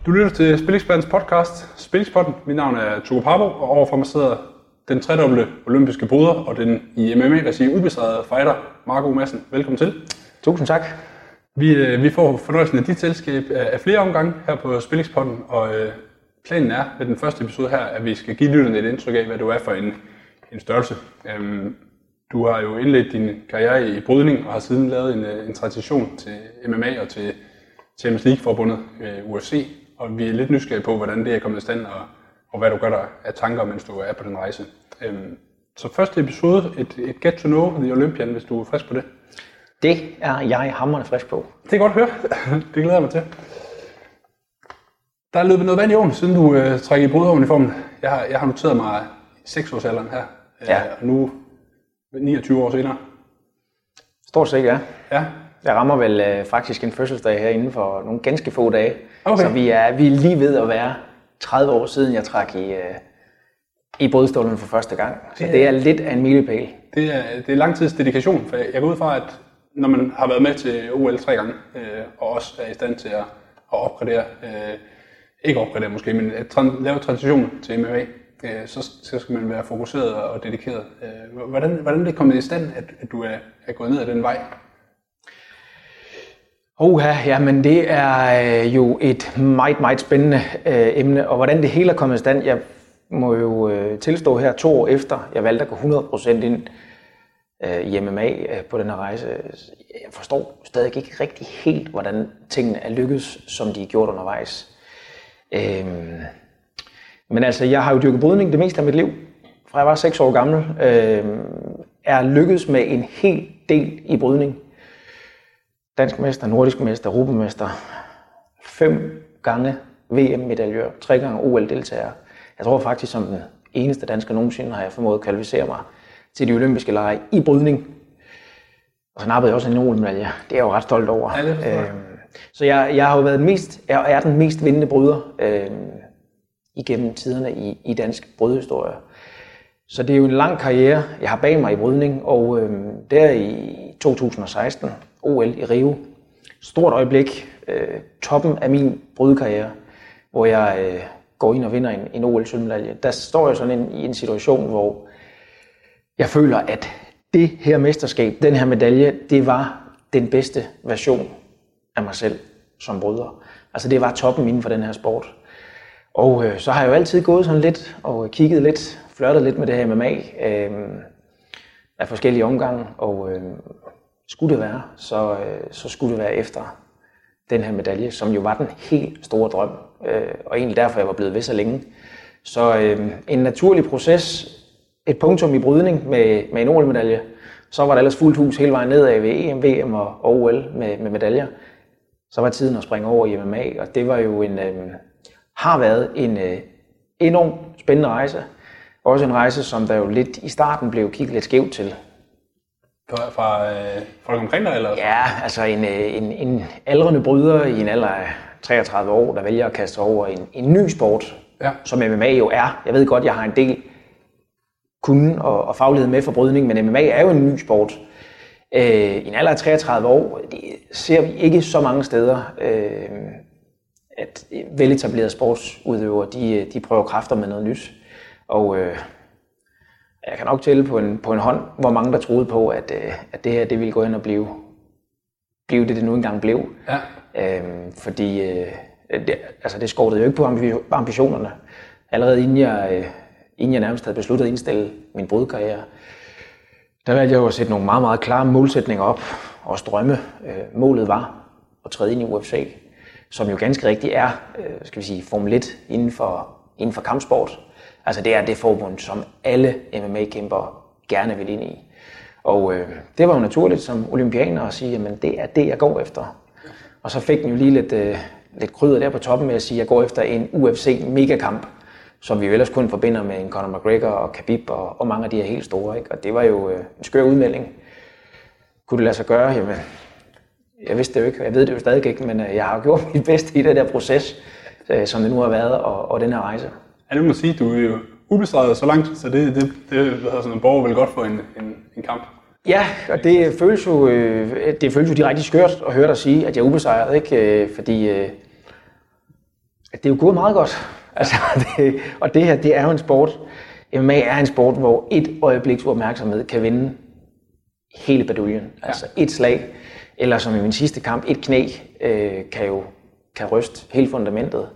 Du lytter til Spillekspertens podcast, Spillekspotten. Mit navn er Tugo Pabo, og overfor mig sidder den tredobbelte olympiske bryder og den i MMA-regi ubesejrede fighter, Marco Madsen. Velkommen til. Tusind tak. Vi får fornøjelsen af dit selskab af flere omgange her på Spillekspotten, og planen er med den første episode her, at vi skal give lytterne et indtryk af, hvad du er for en størrelse. Du har jo indledt din karriere i brydning og har siden lavet en transition til MMA og til Champions League-forbundet UFC, og vi er lidt nysgerrige på, hvordan det er kommet i stand, og hvad du gør der af tanker, mens du er på den rejse. Så første episode, et Get to Know the Olympian, hvis du er frisk på det. Det er jeg hamrende frisk på. Det er godt at høre. Det glæder jeg mig til. Der er løbet noget vand i åen, siden du trækker i bryderuniformen. Jeg har noteret mig 6-årsalderen her, og nu 29 år senere. Stort set, ja. Ja. Jeg rammer vel faktisk en fødselsdag her inden for nogle ganske få dage. Okay. Så vi er lige ved at være 30 år siden, jeg trak i brydestålen for første gang. Så det er lidt af en milepæl. Det er lang tids dedikation, for jeg går ud fra, at når man har været med til OL 3 gange, og også er i stand til at opgradere, ikke opgradere måske, men at lave transition til MMA, så skal man være fokuseret og dedikeret. Hvordan er det kommet i stand, at du er gået ned ad den vej? Men det er jo et meget, meget spændende emne, og hvordan det hele er kommet i stand, jeg må jo tilstå her 2 år efter, jeg valgte at gå 100% ind i MMA på den her rejse. Jeg forstår stadig ikke rigtig helt, hvordan tingene er lykkedes, som de er gjort undervejs. Men altså, jeg har jo dyrket brydning det meste af mit liv, fra jeg var 6 år gammel, er lykkedes med en hel del i brydning. Dansk mester, nordisk mester, europamester, 5 gange VM-medaljør, 3 gange OL-deltager. Jeg tror faktisk, som den eneste dansker nogensinde har jeg formået at kvalificere mig til de olympiske lege i brydning. Og så nappede jeg også en OL-medalje. Det er jeg jo ret stolt over. Så jeg har jo været den mest vindende bryder igennem tiderne i dansk brydhistorie. Så det er jo en lang karriere, jeg har bag mig i brydning, og der i 2016, OL i Rio, stort øjeblik, toppen af min brydekarriere, hvor jeg går ind og vinder en OL-sølvmedalje. Der står jeg sådan i en situation, hvor jeg føler, at det her mesterskab, den her medalje, det var den bedste version af mig selv som bryder. Altså det var toppen inden for den her sport. Og så har jeg jo altid gået sådan lidt og kigget lidt, flirtet lidt med det her MMA af forskellige omgange, og skulle det være, så skulle det være efter den her medalje, som jo var den helt store drøm, og egentlig derfor jeg var blevet ved så længe. Så en naturlig proces, et punktum i brydning med en OL-medalje, så var der ellers fuldt hus hele vejen nedad ved EM, VM og OL med medaljer. Så var tiden at springe over i MMA, og det var jo har været en enormt spændende rejse. Også en rejse, som der jo lidt i starten blev kigget lidt skævt til. Fra folk omkring dig, eller? Ja, altså en aldrende bryder i en alder af 33 år, der vælger at kaste sig over en ny sport, som MMA jo er. Jeg ved godt, jeg har en del kunden og faglighed med for brydning, men MMA er jo en ny sport. I en alder af 33 år, det ser vi ikke så mange steder, at veletablerede sportsudøvere, de prøver kræfter med noget nyt. Og jeg kan nok tælle på en hånd, hvor mange der troede på, at det her det ville gå hen og blive det nu engang blev. Ja. Fordi det skortede jo ikke på ambitionerne. Allerede inden jeg nærmest havde besluttet at indstille min brydkarriere, der valgte jeg jo at sætte nogle meget, meget klare målsætninger op og drømme. Målet var at træde ind i UFC, som jo ganske rigtigt er, Formel 1 inden for kampsport. Altså det er det forbund, som alle MMA-kæmpere gerne vil ind i. Og det var jo naturligt som olympianer at sige, at det er det, jeg går efter. Og så fik den jo lige lidt krydder der på toppen med at sige, at jeg går efter en UFC-megakamp, som vi jo ellers kun forbinder med en Conor McGregor og Khabib og mange af de her helt store. Ikke? Og det var jo en skør udmelding. Kunne det lade sig gøre? Jamen, jeg vidste det jo ikke, og jeg ved det jo stadig ikke, men jeg har gjort mit bedste i den der proces, som det nu har været, og den her rejse. Ja, nu må sige, du er jo ubestredet så langt, så det sådan en borger vel godt for en kamp. Ja, og det føles jo direkte skørt at høre dig sige, at jeg er ubesejret, ikke? Fordi Det er jo gået meget godt. Altså, og det her, det er jo en sport. MMA er en sport, hvor et øjebliks opmærksomhed kan vinde hele baduljen. Ja. Altså et slag, eller som i min sidste kamp, et knæ kan ryste hele fundamentet.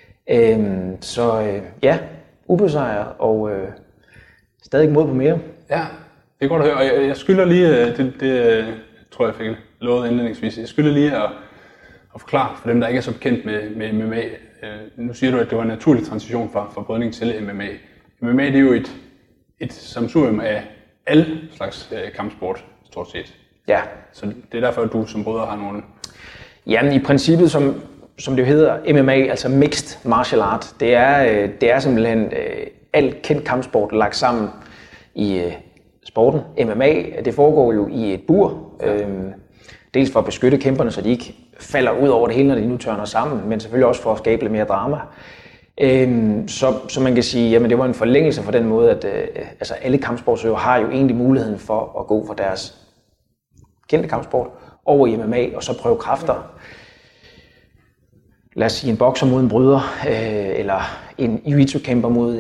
Ja, ubesejret og stadig mod på mere. Ja, det er godt at høre. Og jeg skylder lige, det tror jeg fik lovet indledningsvis, jeg skylder lige at forklare for dem, der ikke er så bekendt med MMA. Nu siger du, at det var en naturlig transition fra brydning til MMA. MMA det er jo et sammensurium af alle slags kampsport, stort set. Ja. Så det er derfor, at du som bryder har nogle... Jamen i princippet, som det jo hedder, MMA, altså Mixed Martial Art, det er simpelthen alt kendt kampsport lagt sammen i sporten. MMA, det foregår jo i et bur, dels for at beskytte kæmperne, så de ikke falder ud over det hele, når de nu tørner sammen, men selvfølgelig også for at skabe lidt mere drama. Så man kan sige, jamen det var en forlængelse for den måde, at altså alle kampsportsøvere har jo egentlig muligheden for at gå fra deres kendte kampsport over i MMA og så prøve kræfter. Lad os sige en bokser mod en bryder, eller en jiu-jitsu-kæmper mod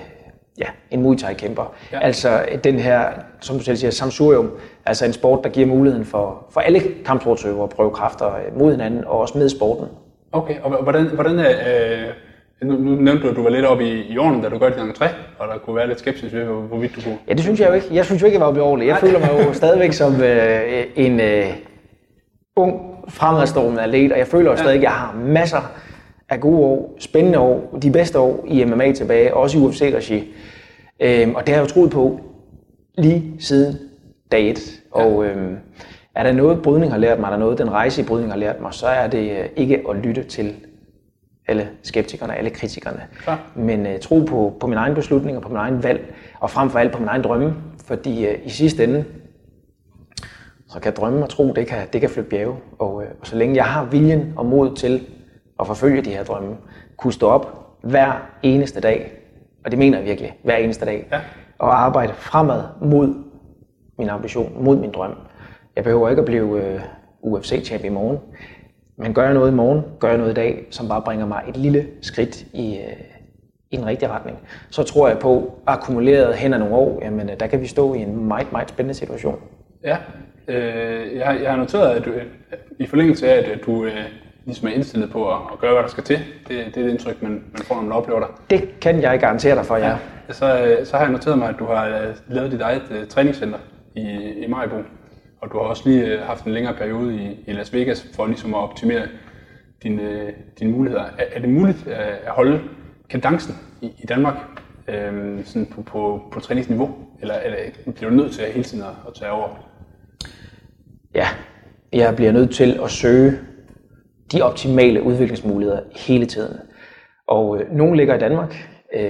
en Muay Thai-kæmper. Ja. Altså den her, som du selv siger, sammensurium, altså en sport, der giver muligheden for alle kampsportsøvere at prøve kræfter mod hinanden og også med sporten. Okay, og hvordan nu nævnte du, at du var lidt oppe i årene, da du gør din entré, og der kunne være lidt skepsis ved, hvorvidt du kunne... Ja, det synes jeg jo ikke. Jeg synes jo ikke, jeg var oppe i årene. Jeg føler mig jo stadigvæk som en ung, fremadstormende atlet, og jeg føler jo stadig, at jeg har masser af gode år, spændende år, de bedste år i MMA tilbage, også i UFC-regi. Og det har jeg jo troet på lige siden dag 1. Ja. Og er der noget, brydning har lært mig, er der noget, den rejse i brydning har lært mig, så er det ikke at lytte til alle skeptikerne, alle kritikerne. Ja. Men tro på min egen beslutning og på min egen valg, og frem for alt på min egen drømme. Fordi i sidste ende, så kan drømme og tro, det kan flytte bjerge. Og så længe jeg har viljen og mod til at forfølge de her drømme, kunne stå op hver eneste dag, og det mener jeg virkelig, hver eneste dag, ja. Og arbejde fremad mod min ambition, mod min drøm. Jeg behøver ikke at blive UFC-champ i morgen, men gør jeg noget i morgen, gør jeg noget i dag, som bare bringer mig et lille skridt i en rigtig retning, så tror jeg på, akkumuleret hen ad nogle år, jamen der kan vi stå i en meget, meget spændende situation. Ja, jeg har noteret, at du, i forlængelse af, at du ligesom er indstillet på at gøre, hvad der skal til. Det er det indtryk, man får, når man oplever dig. Det kan jeg garantere dig for, ja. Så har jeg noteret mig, at du har lavet dit eget træningscenter i Maribo. Og du har også lige haft en længere periode i Las Vegas for ligesom at optimere dine muligheder. Er det muligt at holde kadencen i Danmark sådan på træningsniveau? Eller bliver du nødt til hele tiden at tage over? Ja, jeg bliver nødt til at søge de optimale udviklingsmuligheder hele tiden. Og nogle ligger i Danmark,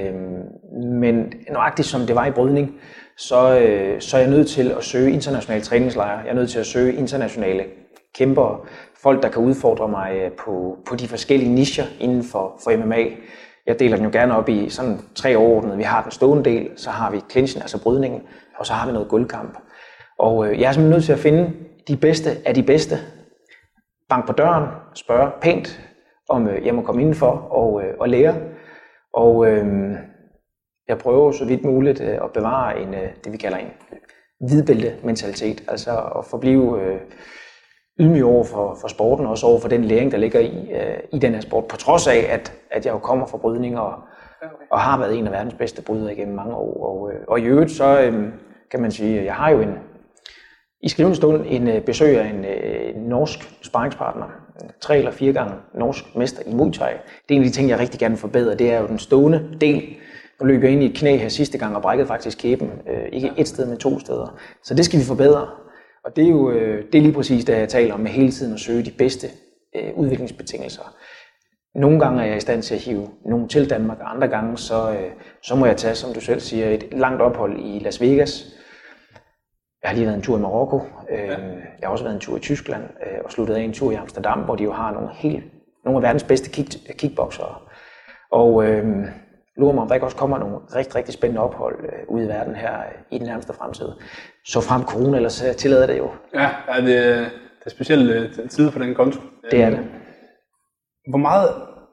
men nøjagtigt som det var i brydning, så er jeg nødt til at søge internationale træningslejre. Jeg er nødt til at søge internationale kæmpere, folk der kan udfordre mig på de forskellige nicher inden for MMA. Jeg deler den jo gerne op i sådan 3 overordnede. Vi har den stående del, så har vi clinchen, altså brydningen, og så har vi noget guldkamp. Og jeg er simpelthen nødt til at finde de bedste af de bedste. Bank på døren, spørge pænt, om jeg må komme indenfor og lære. Og jeg prøver så vidt muligt at bevare det, vi kalder en hvidbælte-mentalitet. Altså at forblive ydmyg over for sporten, og også over for den læring, der ligger i den her sport. På trods af, at jeg jo kommer fra brydning og har været en af verdens bedste brydere igennem mange år. Og i øvrigt, så kan man sige, at jeg har jo i skrivende stund en besøg af en norsk sparringspartner, 3 eller 4 gange norsk mester i Muay Thai. Det er en af de ting, jeg rigtig gerne vil forbedre. Det er jo den stående del. Nu løb jeg ind i et knæ her sidste gang og brækkede faktisk kæben. Ikke et sted, men 2 steder. Så det skal vi forbedre. Og det er jo det er lige præcis det, jeg taler om med hele tiden at søge de bedste udviklingsbetingelser. Nogle gange er jeg i stand til at hive nogen til Danmark, og andre gange så må jeg tage, som du selv siger, et langt ophold i Las Vegas. Jeg har lige været en tur i Marokko. Jeg har også været en tur i Tyskland og sluttet af en tur i Amsterdam, hvor de jo har nogle af verdens bedste kickboxere. Og lurer mig, om der ikke også kommer nogle rigtig, rigtig spændende ophold ude i verden her i den nærmeste fremtid. Så frem corona, ellers tillader det jo. Ja, det er specielt tid på den konto. Det er det. Hvor meget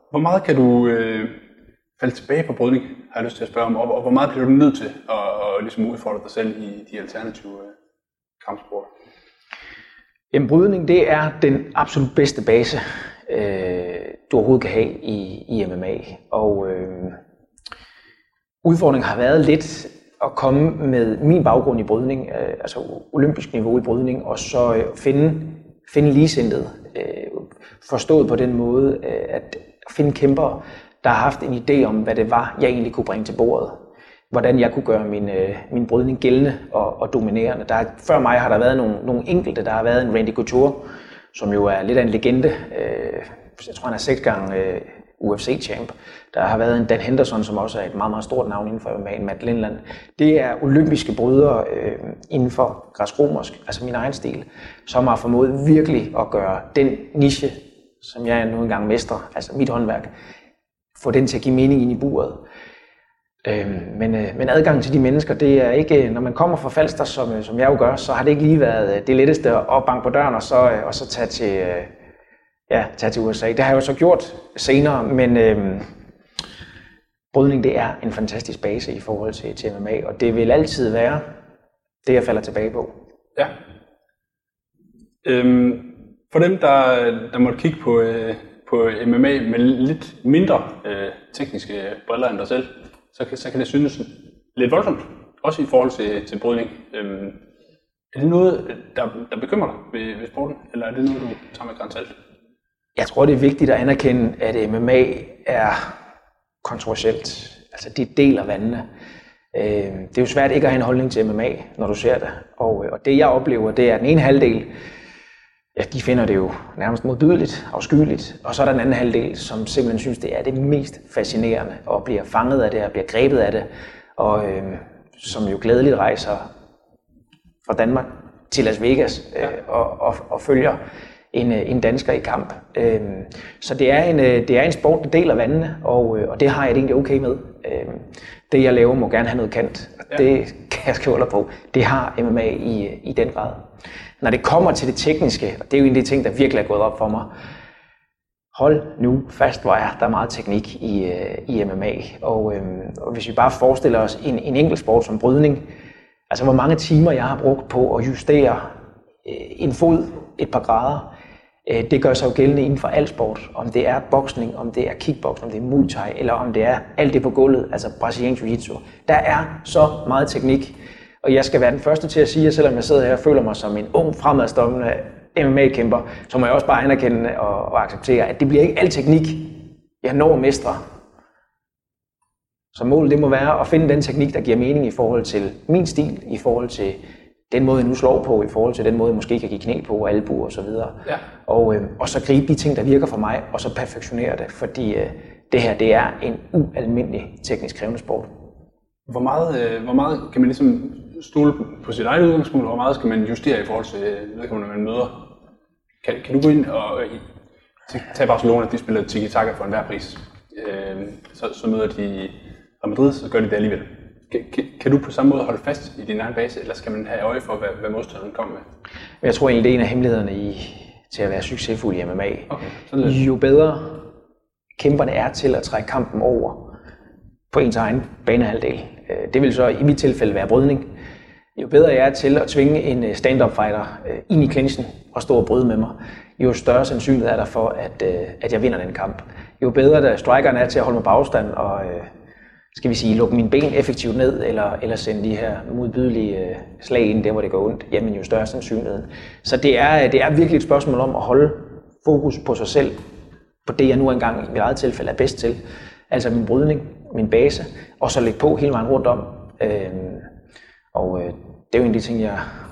Hvor meget kan du falde tilbage på brydning, har jeg lyst til at spørge om, og hvor meget bliver du nødt til at ligesom udfordre dig selv i de alternative kampsporter? Jamen, brydning, det er den absolut bedste base, du overhovedet kan have i MMA. Og udfordringen har været lidt at komme med min baggrund i brydning, altså olympisk niveau i brydning, og så finde ligesindede, forstået på den måde, at finde kæmpere, der har haft en idé om, hvad det var, jeg egentlig kunne bringe til bordet. Hvordan jeg kunne gøre min brydning gældende og dominerende. Før mig har der været nogle enkelte. Der har været en Randy Couture, som jo er lidt af en legende. Jeg tror, han er 6 gange UFC-champ. Der har været en Dan Henderson, som også er et meget, meget stort navn inden for MMA, Matt Lindland. Det er olympiske brydere inden for græsk-romersk, altså min egen stil, som har formået virkelig at gøre den niche, som jeg nu engang mestrer, altså mit håndværk, få den til at give mening ind i buret. Men adgangen til de mennesker, det er ikke, når man kommer fra Falster, som jeg jo gør, så har det ikke lige været det letteste at banke på døren og så tage til USA. Det har jeg jo så gjort senere, men brydning, det er en fantastisk base i forhold til MMA, og det vil altid være det, jeg falder tilbage på. Ja. For dem, der måtte kigge på MMA med lidt mindre tekniske briller end dig selv, så kan det synes lidt voldsomt, også i forhold til brydning. Er det noget, der bekymrer dig ved sporten, eller er det noget, du tager med grænsalt? Jeg tror, det er vigtigt at anerkende, at MMA er kontroversielt. Altså, det deler vandene. Det er jo svært ikke at have en holdning til MMA, når du ser det. Og det, jeg oplever, det er den ene halvdel, ja, de finder det jo nærmest modbydeligt, afskyeligt. Og så er der den anden halvdel, som simpelthen synes, det er det mest fascinerende, og bliver fanget af det, og bliver grebet af det, og som jo glædeligt rejser fra Danmark til Las Vegas og følger en dansker i kamp. Så det er en sport, der deler vandene, og det har jeg det egentlig okay med. Det, jeg laver, må gerne have noget kant. Det kan jeg skrive under på. Det har MMA i den grad. Når det kommer til det tekniske, og det er jo en af de ting, der virkelig er gået op for mig, hold nu fast, hvor der er meget teknik i MMA. Og hvis vi bare forestiller os en enkelt sport som brydning, altså hvor mange timer jeg har brugt på at justere en fod et par grader, det gør sig jo gældende inden for al sport. Om det er boksning, om det er kickbox, om det er Muay Thai, eller om det er alt det på gulvet, altså brasiliansk jiu-jitsu. Der er så meget teknik. Og jeg skal være den første til at sige, at selvom jeg sidder her og føler mig som en ung, fremadstormende MMA-kæmper, så må jeg også bare anerkende og acceptere, at det bliver ikke al teknik, jeg når at mestre. Så målet det må være at finde den teknik, der giver mening i forhold til min stil, i forhold til den måde, jeg nu slår på, i forhold til den måde, jeg måske kan give knæ på, og albuer og så videre. Ja. Og så gribe de ting, der virker for mig, og så perfektionere det, fordi det her, det er en ualmindelig teknisk krævende sport. Hvor meget kan man ligesom stole på sit eget udgangspunkt, og hvor meget skal man justere i forhold til vedkommende, man møder? Kan du gå ind og tage Barcelona, de spiller tiki-taka for enhver pris. Så møder de Real Madrid, så gør de det alligevel. Kan du på samme måde holde fast i din egen base, eller skal man have øje for, hvad modstanderen kommer med? Jeg tror egentlig, det er en af hemmelighederne til at være succesfuld i MMA. Okay, jo bedre kæmperne er til at trække kampen over på ens egen banehalvdel. Det vil så i mit tilfælde være brydning. Jo bedre jeg er til at tvinge en stand-up fighter ind i clinchen og stå og bryde med mig, jo større sandsynlighed er der for, at jeg vinder den kamp. Jo bedre der strikeren er til at holde mig på afstand og skal vi sige, lukke mine ben effektivt ned, eller sende de her modbydelige slag ind der, hvor det går ondt, jamen jo større sandsynlighed. Så det er virkelig et spørgsmål om at holde fokus på sig selv, på det jeg nu engang i mit eget tilfælde er bedst til. Altså min brydning, min base, og så lægge på hele vejen rundt om. Det er jo en af de ting,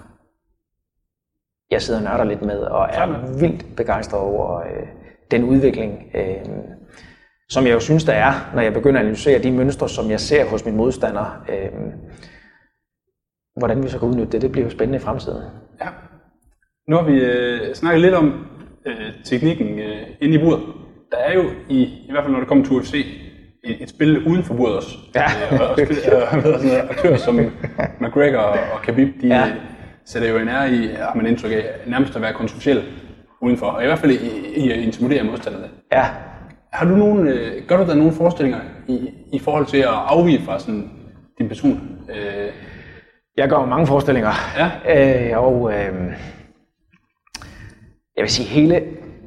jeg sidder og nørder lidt med, og er vildt begejstret over den udvikling, som jeg jo synes, der er, når jeg begynder at analysere de mønstre, som jeg ser hos mine modstandere. Hvordan vi så kan udnytte det bliver jo spændende i fremtiden. Ja. Nu har vi snakket lidt om teknikken inde i buret. Der er jo, i hvert fald når det kommer til UFC, et spil uden for buret også. Ja. Aktører som McGregor og Khabib, de sætter jo en ære i, har man indtryk af, nærmest at være kontroversiel udenfor, og i hvert fald i at intimidere modstanderne. Ja. Gør du der nogle forestillinger i forhold til at afvige fra sådan din person? Jeg gør mange forestillinger. Ja. Jeg vil sige, hele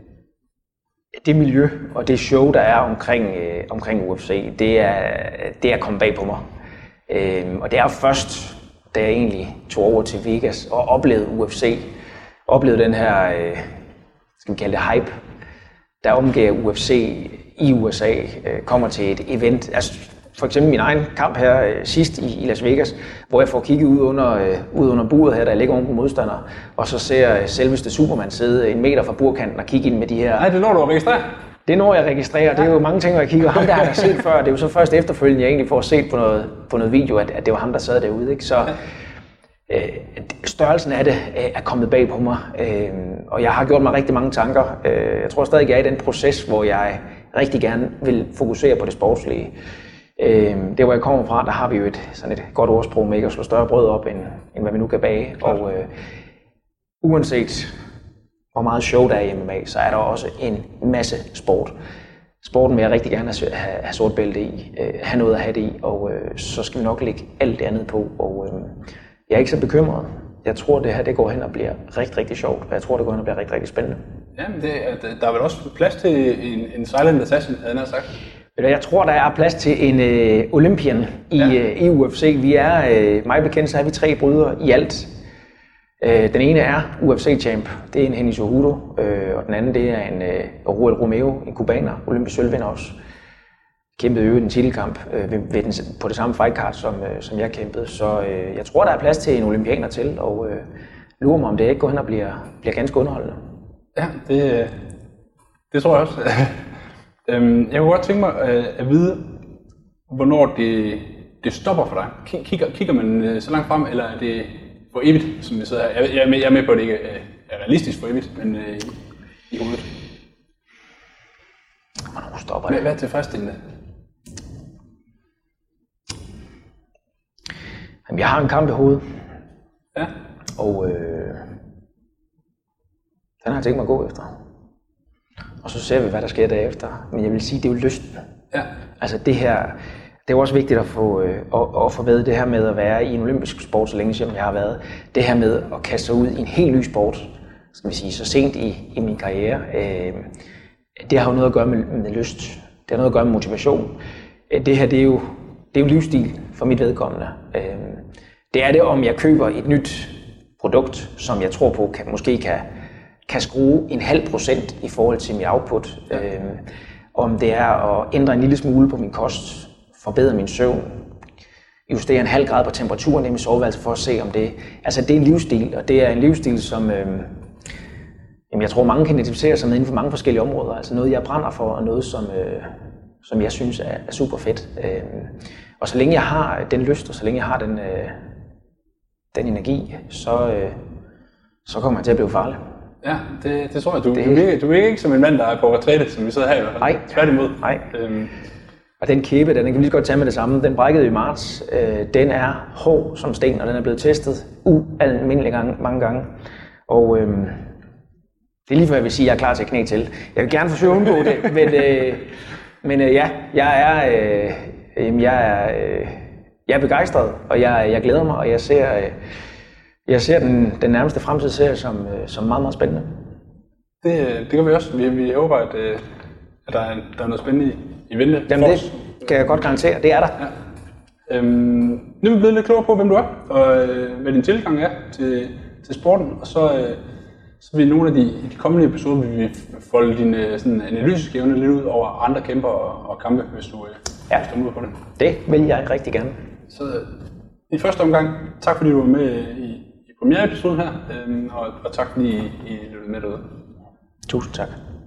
det miljø og det show, der er omkring UFC, det er kommet bag på mig. Og det er først, da jeg egentlig tog over til Vegas og oplevede UFC, oplevede den her, skal vi kalde det hype, der omgav UFC i USA, kommer til et event. Altså, for eksempel min egen kamp her sidst i Las Vegas, hvor jeg får kigget ud under buret her, der ligger oven på modstander, og så ser selveste Superman sidde 1 meter fra burkanten og kigge ind med de her... Nej, det når du at registrere? Det når jeg registrerer. Det er jo mange ting, jeg kigger. Ham der har jeg set før. Det er jo så først efterfølgende, jeg egentlig får set på noget video, at det var ham, der sad derude. Ikke? Så størrelsen af det er kommet bag på mig, og jeg har gjort mig rigtig mange tanker. Jeg tror stadig, jeg er i den proces, hvor jeg rigtig gerne vil fokusere på det sportslige. Det, hvor jeg kommer fra, der har vi jo sådan et godt ordsprog med ikke at slå større brød op, end hvad vi nu kan bage. Og uanset hvor meget show der er i MMA, så er der også en masse sport. Sporten vil jeg rigtig gerne have sort bælte i, have noget at have det i, og så skal vi nok lægge alt det andet på. Og jeg er ikke så bekymret. Jeg tror, det her det går hen og bliver rigtig, rigtig sjovt, og jeg tror, det går hen og bliver rigtig, rigtig spændende. Jamen, der er vel også plads til en silent assassin, havde jeg sagt. Jeg tror, der er plads til en Olympian i UFC. Vi er, mig bekendt, så er vi 3 brydere i alt. Den ene er UFC-champ, det er en Henry Cejudo, og den anden det er en Ruel Romero, en kubaner, olympisk sølvvinder også. Kæmpede jo en titelkamp på det samme fightcard, som jeg kæmpede. Så jeg tror, der er plads til en olympianer til, og lurer mig, om det ikke går hen og bliver ganske underholdende. Ja, det tror jeg også. Jeg kunne godt tænke mig at vide, hvornår det stopper for dig. Kigger man så langt frem, eller er det for evigt, som vi sidder her? Jeg er med på, at det ikke er realistisk for evigt, men i hovedet. Hvornår stopper det? Hvad er tilfredsstillende? Jamen, jeg har en kamp i hovedet. Ja. Og den har jeg tænkt mig at gå efter. Og så ser vi, hvad der sker derefter. Men jeg vil sige, det er jo lysten. Ja. Altså det her, det er jo også vigtigt at få med det her med at være i en olympisk sport, så længe som jeg har været. Det her med at kaste sig ud i en helt ny sport, skal vi sige, så sent i min karriere. Det har jo noget at gøre med lyst. Det har noget at gøre med motivation. Det her, det er jo en livsstil for mit vedkommende. Det er det, om jeg køber et nyt produkt, som jeg tror på måske kan skrue 0,5% i forhold til mit output. Om det er at ændre en lille smule på min kost, forbedre min søvn, justere 0,5 grad på temperaturen i min soveværelse for at se om det. Altså det er en livsstil, og det er en livsstil, som jeg tror mange kan identificere sig med inden for mange forskellige områder. Altså noget jeg brænder for, og noget som jeg synes er super fedt. Og så længe jeg har den lyst, og så længe jeg har den energi, så kommer jeg til at blive farlig. Ja, det tror jeg. Du virker ikke som en mand, der er på retræte, som vi sidder her i hvert fald. Nej. Tværtimod. Nej. Og den kæbe, den kan vi lige så godt tage med det samme. Den brækkede i marts. Den er hård som sten, og den er blevet testet mange gange. Og det er lige før jeg vil sige, at jeg er klar til at knæ til. Jeg vil gerne forsøge at undgå det, men ja, jeg er begejstret, og jeg glæder mig, og jeg ser den nærmeste fremtid som meget, meget spændende. Det gør vi også. Vi håber, at der er noget spændende i vente. Jamen det kan jeg godt garantere. Det er der. Ja. Nu er vi blevet lidt klogere på, hvem du er, og hvad din tilgang er til sporten. Og så vil i nogle af de kommende episoder vil vi folde din sådan analytiske evne lidt ud over andre kæmper og kampe, hvis du er ude på det. Det vil jeg rigtig gerne. Så i første omgang, tak fordi du var med i premiere-episoden her, og tak fordi I lyttede med derude. Tusind tak.